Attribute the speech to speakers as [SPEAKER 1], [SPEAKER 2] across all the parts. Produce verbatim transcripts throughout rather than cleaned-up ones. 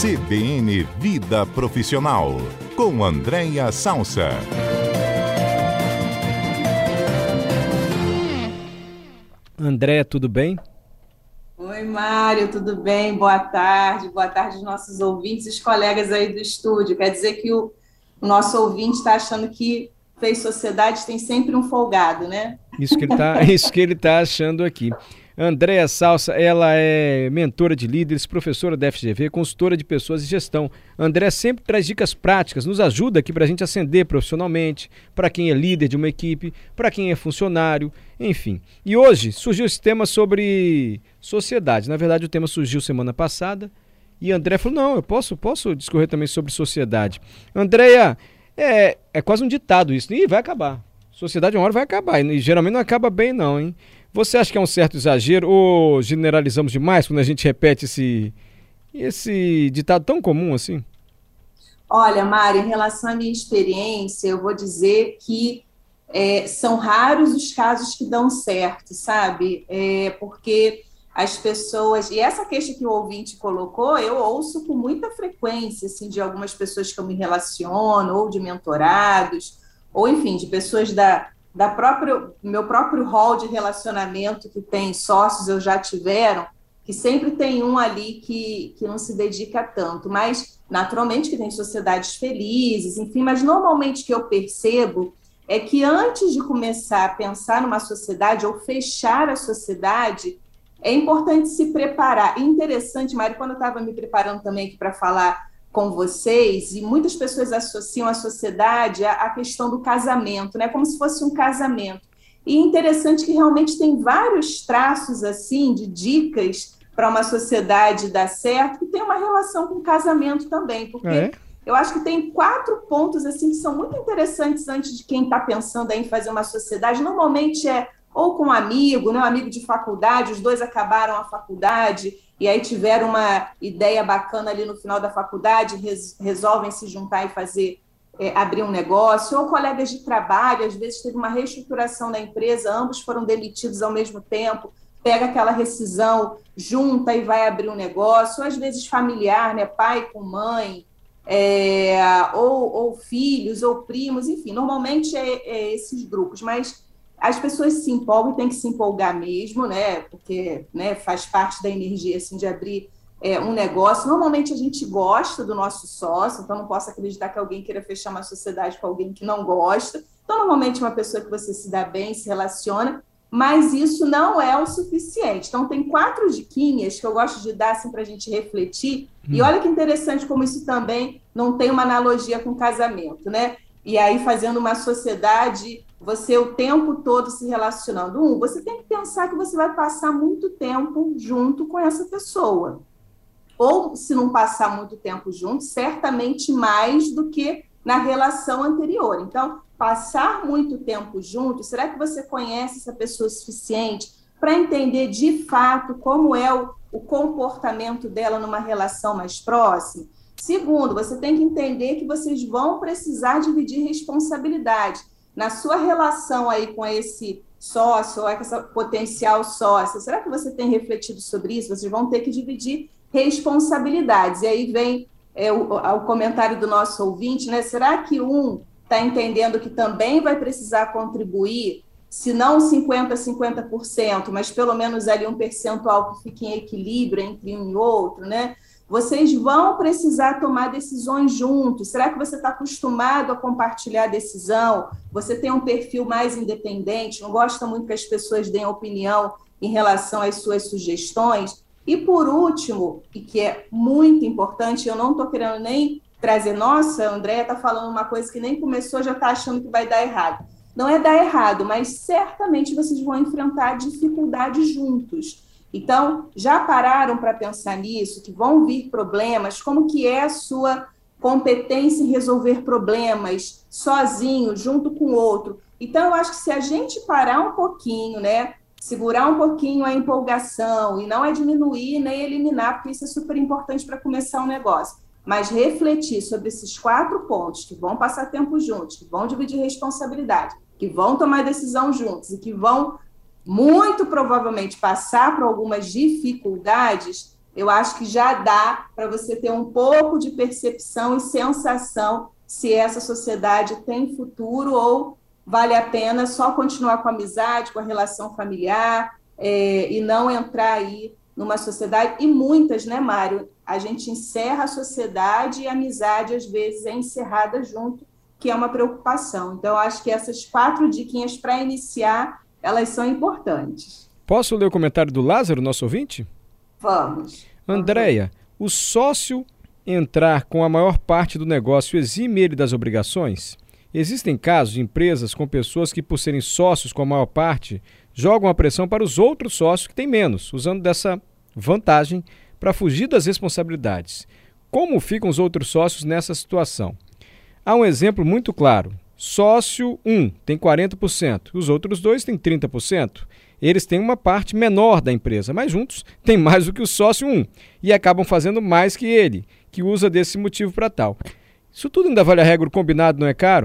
[SPEAKER 1] C B N Vida Profissional, com Andréia Salsa.
[SPEAKER 2] Andréia, tudo bem?
[SPEAKER 3] Oi, Mário, tudo bem? Boa tarde. Boa tarde aos nossos ouvintes e os colegas aí do estúdio. Quer dizer que o, o nosso ouvinte está achando que fez sociedade tem sempre um folgado, né?
[SPEAKER 2] Isso que ele tá, isso que ele tá achando aqui. Andréia Salsa, ela é mentora de líderes, professora da F G V, consultora de pessoas e gestão. Andréia sempre traz dicas práticas, nos ajuda aqui para a gente ascender profissionalmente, para quem é líder de uma equipe, para quem é funcionário, enfim. E hoje surgiu esse tema sobre sociedade. Na verdade, o tema surgiu semana passada e a Andréia falou, não, eu posso, posso discorrer também sobre sociedade. Andréia, é, é quase um ditado isso, e vai acabar. Sociedade uma hora vai acabar, e geralmente não acaba bem não, hein? Você acha que é um certo exagero ou generalizamos demais quando a gente repete esse, esse ditado tão comum assim?
[SPEAKER 3] Olha, Mário, em relação à minha experiência, eu vou dizer que é, são raros os casos que dão certo, sabe? É, porque as pessoas... E essa queixa que o ouvinte colocou, eu ouço com muita frequência, assim, de algumas pessoas que eu me relaciono, ou de mentorados, ou, enfim, de pessoas da... da próprio, meu próprio hall de relacionamento que tem sócios, eu já tiveram, que sempre tem um ali que, que não se dedica tanto, mas naturalmente que tem sociedades felizes, enfim, mas normalmente o que eu percebo é que antes de começar a pensar numa sociedade ou fechar a sociedade, é importante se preparar. E interessante, Mari, quando eu estava me preparando também aqui para falar com vocês, e muitas pessoas associam a sociedade à questão do casamento, né? Como se fosse um casamento. E interessante que realmente tem vários traços, assim, de dicas para uma sociedade dar certo, que tem uma relação com o casamento também, porque é. eu acho que tem quatro pontos, assim, que são muito interessantes antes de quem está pensando em fazer uma sociedade. Normalmente é ou com um amigo, né? Um amigo de faculdade, os dois acabaram a faculdade, e aí tiveram uma ideia bacana ali no final da faculdade, res, resolvem se juntar e fazer, é, abrir um negócio, ou colegas de trabalho, às vezes teve uma reestruturação da empresa, ambos foram demitidos ao mesmo tempo, pega aquela rescisão, junta e vai abrir um negócio, ou às vezes familiar, né, pai com mãe, é, ou, ou filhos, ou primos, enfim, normalmente é, é esses grupos, mas as pessoas se empolgam e tem que se empolgar mesmo, né? Porque, né, faz parte da energia assim, de abrir é, um negócio. Normalmente a gente gosta do nosso sócio, então não posso acreditar que alguém queira fechar uma sociedade com alguém que não gosta. Então, normalmente, uma pessoa que você se dá bem, se relaciona, mas isso não é o suficiente. Então, tem quatro diquinhas que eu gosto de dar assim, para a gente refletir. Hum. E olha que interessante como isso também não tem uma analogia com casamento, né? E aí, fazendo uma sociedade, você o tempo todo se relacionando. Um, você tem que pensar que você vai passar muito tempo junto com essa pessoa. Ou, se não passar muito tempo junto, certamente mais do que na relação anterior. Então, passar muito tempo junto, será que você conhece essa pessoa o suficiente para entender de fato como é o, o comportamento dela numa relação mais próxima? Segundo, você tem que entender que vocês vão precisar dividir responsabilidade. Na sua relação aí com esse sócio, ou com essa potencial sócia, será que você tem refletido sobre isso? Vocês vão ter que dividir responsabilidades. E aí vem é, o, o comentário do nosso ouvinte, né? Será que um está entendendo que também vai precisar contribuir, se não cinquenta por cento, cinquenta por cento, mas pelo menos ali um percentual que fique em equilíbrio entre um e outro, né? Vocês vão precisar tomar decisões juntos. Será que você está acostumado a compartilhar a decisão? Você tem um perfil mais independente, não gosta muito que as pessoas deem opinião em relação às suas sugestões? E, por último, e que é muito importante, eu não estou querendo nem trazer, nossa, a Andréia está falando uma coisa que nem começou, já está achando que vai dar errado. Não é dar errado, mas certamente vocês vão enfrentar dificuldades juntos. Então, já pararam para pensar nisso, que vão vir problemas, como que é a sua competência em resolver problemas sozinho, junto com o outro? Então, eu acho que se a gente parar um pouquinho, né, segurar um pouquinho a empolgação, e não é diminuir nem eliminar, porque isso é super importante para começar um negócio, mas refletir sobre esses quatro pontos, que vão passar tempo juntos, que vão dividir responsabilidade, que vão tomar decisão juntos e que vão muito provavelmente passar por algumas dificuldades, eu acho que já dá para você ter um pouco de percepção e sensação se essa sociedade tem futuro ou vale a pena só continuar com a amizade, com a relação familiar, é, e não entrar aí numa sociedade. E muitas, né, Mário? A gente encerra a sociedade e a amizade, às vezes, é encerrada junto, que é uma preocupação. Então, eu acho que essas quatro diquinhas para iniciar, elas são importantes.
[SPEAKER 2] Posso ler o comentário do Lázaro, nosso ouvinte?
[SPEAKER 3] Vamos.
[SPEAKER 2] Andréia, o sócio entrar com a maior parte do negócio exime ele das obrigações? Existem casos de empresas com pessoas que, por serem sócios com a maior parte, jogam a pressão para os outros sócios que têm menos, usando dessa vantagem para fugir das responsabilidades. Como ficam os outros sócios nessa situação? Há um exemplo muito claro. Sócio um tem quarenta por cento, os outros dois têm trinta por cento. Eles têm uma parte menor da empresa, mas juntos têm mais do que o sócio um e acabam fazendo mais que ele, que usa desse motivo para tal. Isso tudo ainda vale a regra, o combinado não é caro?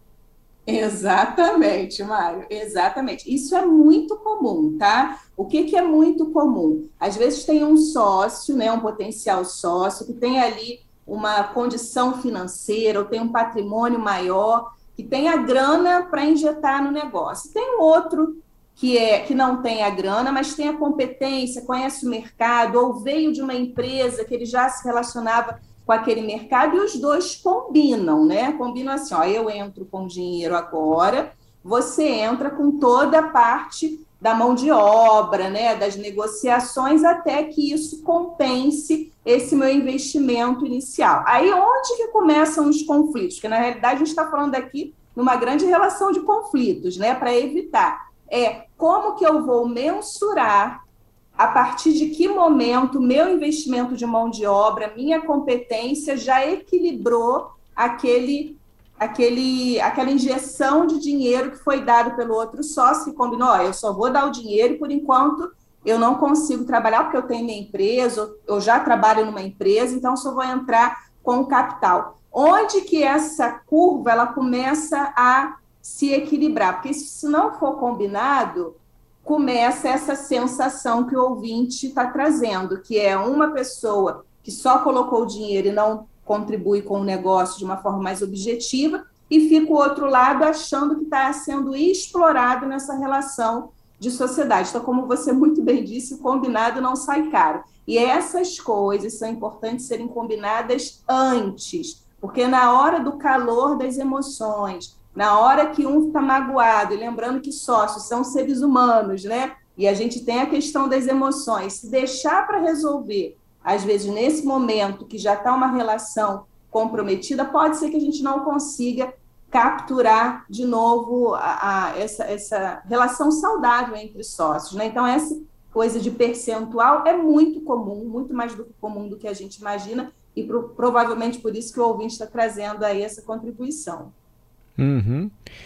[SPEAKER 3] Exatamente, Mário, exatamente. Isso é muito comum, tá? O que, que é muito comum? Às vezes tem um sócio, né, um potencial sócio, que tem ali uma condição financeira ou tem um patrimônio maior, que tem a grana para injetar no negócio. Tem um outro que, é, que não tem a grana, mas tem a competência, conhece o mercado, ou veio de uma empresa que ele já se relacionava com aquele mercado, e os dois combinam, né? Combinam assim, ó, eu entro com dinheiro agora, você entra com toda a parte da mão de obra, né? Das negociações, até que isso compense esse meu investimento inicial. Aí onde que começam os conflitos? Porque, na realidade, a gente está falando aqui numa grande relação de conflitos, né? Para evitar. É como que eu vou mensurar a partir de que momento meu investimento de mão de obra, minha competência já equilibrou aquele, aquele, aquela injeção de dinheiro que foi dado pelo outro sócio, que combinou, ó, eu só vou dar o dinheiro e por enquanto eu não consigo trabalhar porque eu tenho minha empresa, eu já trabalho numa empresa, então só vou entrar com o capital. Onde que essa curva ela começa a se equilibrar? Porque se não for combinado, começa essa sensação que o ouvinte está trazendo, que é uma pessoa que só colocou o dinheiro e não contribui com o negócio de uma forma mais objetiva, e fica o outro lado achando que está sendo explorado nessa relação de sociedade. Então, como você muito bem disse, o combinado não sai caro. E essas coisas são importantes serem combinadas antes, porque na hora do calor das emoções, na hora que um está magoado, e lembrando que sócios são seres humanos, né? E a gente tem a questão das emoções. Se deixar para resolver, às vezes, nesse momento que já está uma relação comprometida, pode ser que a gente não consiga capturar de novo a, a, essa, essa relação saudável entre sócios, né? Então, essa coisa de percentual é muito comum, muito mais do, comum do que a gente imagina, e pro, provavelmente por isso que o ouvinte está trazendo aí essa contribuição.
[SPEAKER 2] Uhum.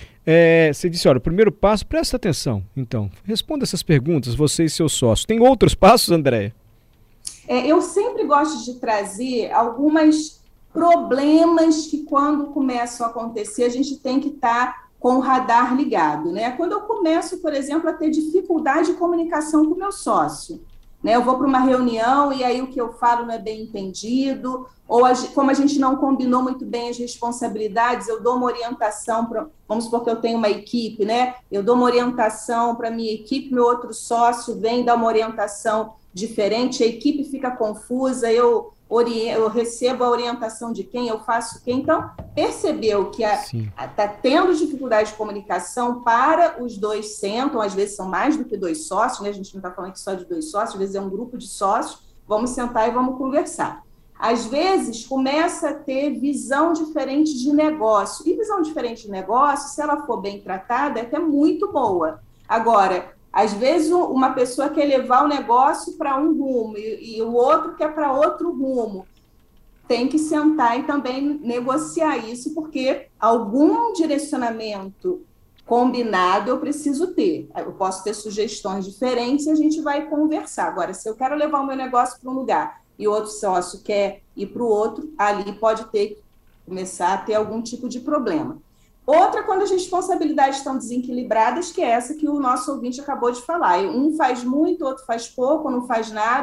[SPEAKER 2] É, você disse, olha, o primeiro passo, presta atenção, então, responda essas perguntas, você e seu sócio. Tem outros passos, Andréia?
[SPEAKER 3] É, eu sempre gosto de trazer algumas problemas que, quando começam a acontecer, a gente tem que estar com o radar ligado, né? Quando eu começo, por exemplo, a ter dificuldade de comunicação com o meu sócio, né? Eu vou para uma reunião e aí o que eu falo não é bem entendido, ou a, como a gente não combinou muito bem as responsabilidades, eu dou uma orientação, pra, vamos supor que eu tenho uma equipe, né? Eu dou uma orientação para a minha equipe, meu outro sócio vem dar uma orientação diferente, a equipe fica confusa, eu, ori- eu recebo a orientação de quem, eu faço quem. Então, percebeu que está tendo dificuldade de comunicação, para os dois sentam, às vezes são mais do que dois sócios, né? A gente não está falando aqui só de dois sócios, às vezes é um grupo de sócios, vamos sentar e vamos conversar. Às vezes, começa a ter visão diferente de negócio, e visão diferente de negócio, se ela for bem tratada, é até muito boa. Agora, às vezes, uma pessoa quer levar o negócio para um rumo e, e o outro quer para outro rumo. Tem que sentar e também negociar isso, porque algum direcionamento combinado eu preciso ter. Eu posso ter sugestões diferentes e a gente vai conversar. Agora, se eu quero levar o meu negócio para um lugar e o outro sócio quer ir para o outro, ali pode ter que começar a ter algum tipo de problema. Outra, quando as responsabilidades estão desequilibradas, que é essa que o nosso ouvinte acabou de falar. Um faz muito, outro faz pouco, não faz nada,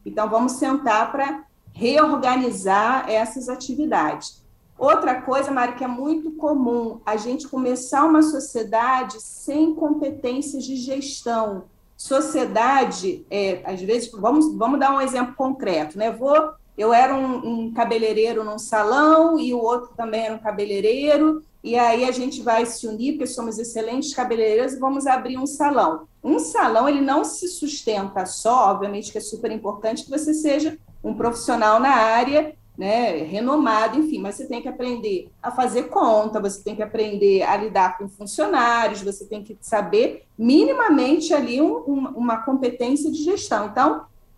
[SPEAKER 3] Então, vamos sentar para reorganizar essas atividades. Outra coisa, Mari, que é muito comum, a gente começar uma sociedade sem competências de gestão. Sociedade, é, às vezes, vamos, vamos dar um exemplo concreto, né? Vou, eu era um, um cabeleireiro num salão e o outro também era um cabeleireiro, e aí a gente vai se unir, porque somos excelentes cabeleireiros, e vamos abrir um salão. Um salão, ele não se sustenta só, obviamente que é super importante que você seja um profissional na área, né, renomado, enfim, mas você tem que aprender a fazer conta, você tem que aprender a lidar com funcionários, você tem que saber minimamente ali um, um, uma competência de gestão. Então,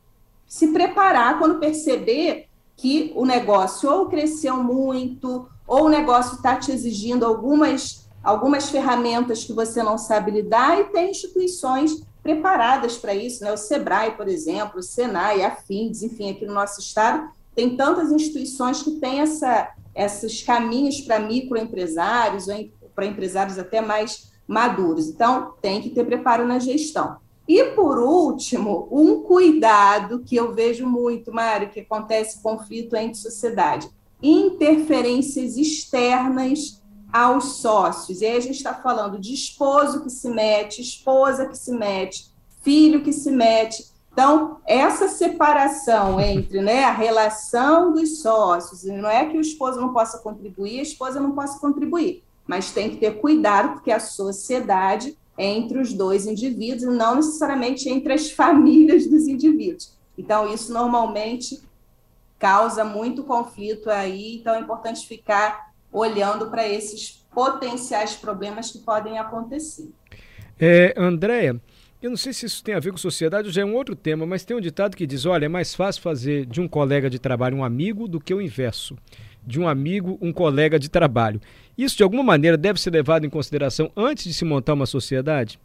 [SPEAKER 3] se preparar quando perceber que o negócio ou cresceu muito, ou o negócio está te exigindo algumas, algumas ferramentas que você não sabe lidar, e tem instituições preparadas para isso, né? O Sebrae, por exemplo, o Senai, a Findes, enfim, aqui no nosso estado, tem tantas instituições que têm essa, esses caminhos para microempresários, ou para empresários até mais maduros. Então, tem que ter preparo na gestão. E, por último, um cuidado que eu vejo muito, Mário, que acontece conflito entre sociedade. Interferências externas aos sócios. E aí a gente está falando de esposo que se mete, esposa que se mete, filho que se mete. Então, essa separação entre, né, a relação dos sócios, não é que o esposo não possa contribuir, a esposa não possa contribuir, mas tem que ter cuidado, porque a sociedade é entre os dois indivíduos e não necessariamente entre as famílias dos indivíduos. Então, isso normalmente causa muito conflito aí, então é importante ficar olhando para esses potenciais problemas que podem acontecer.
[SPEAKER 2] É, Andréia, eu não sei se isso tem a ver com sociedade, já é um outro tema, mas tem um ditado que diz, olha, é mais fácil fazer de um colega de trabalho um amigo do que o inverso, de um amigo um colega de trabalho. Isso, de alguma maneira, deve ser levado em consideração antes de se montar uma sociedade?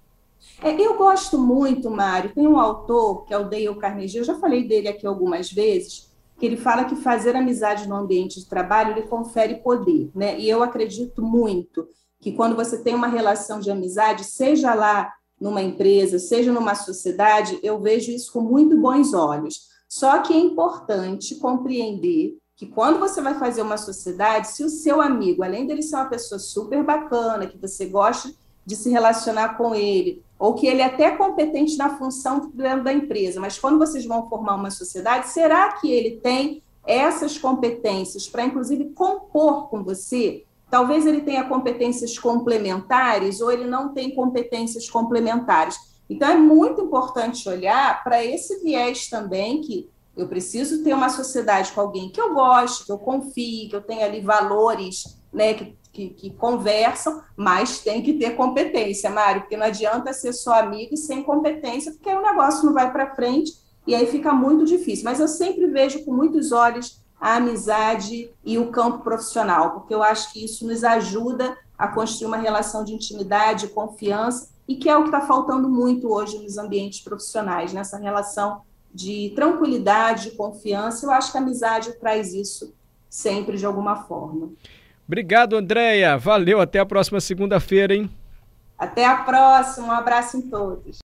[SPEAKER 3] É, eu gosto muito, Mário, tem um autor, que é o Dale Carnegie, eu já falei dele aqui algumas vezes, que ele fala que fazer amizade no ambiente de trabalho, ele confere poder, né? E eu acredito muito que quando você tem uma relação de amizade, seja lá numa empresa, seja numa sociedade, eu vejo isso com muito bons olhos. Só que é importante compreender que quando você vai fazer uma sociedade, se o seu amigo, além dele ser uma pessoa super bacana, que você gosta de se relacionar com ele, ou que ele é até competente na função dentro da empresa, mas quando vocês vão formar uma sociedade, será que ele tem essas competências para, inclusive, compor com você? Talvez ele tenha competências complementares ou ele não tem competências complementares. Então, é muito importante olhar para esse viés também, que eu preciso ter uma sociedade com alguém que eu goste, que eu confie, que eu tenha ali valores, né, que, que, que conversam, mas tem que ter competência, Mário, porque não adianta ser só amigo e sem competência, porque aí o negócio não vai para frente e aí fica muito difícil. Mas eu sempre vejo com muitos olhos a amizade e o campo profissional, porque eu acho que isso nos ajuda a construir uma relação de intimidade, confiança, e que é o que está faltando muito hoje nos ambientes profissionais, nessa relação de tranquilidade, de confiança. Eu acho que a amizade traz isso sempre de alguma forma.
[SPEAKER 2] Obrigado, Andréia. Valeu, até a próxima segunda-feira, hein?
[SPEAKER 3] Até a próxima, um abraço em todos.